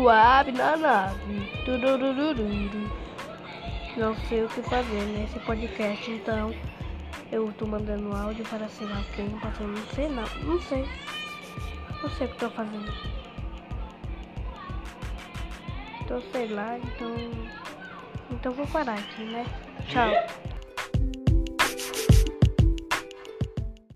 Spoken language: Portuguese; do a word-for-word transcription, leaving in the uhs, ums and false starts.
suave na nave. Tururururu. Não sei o que fazer nesse podcast, então eu tô mandando áudio para sei lá quem, passando, não sei não, não sei. Não sei o que tô fazendo. Então sei lá, então. Então vou parar aqui, né? Tchau.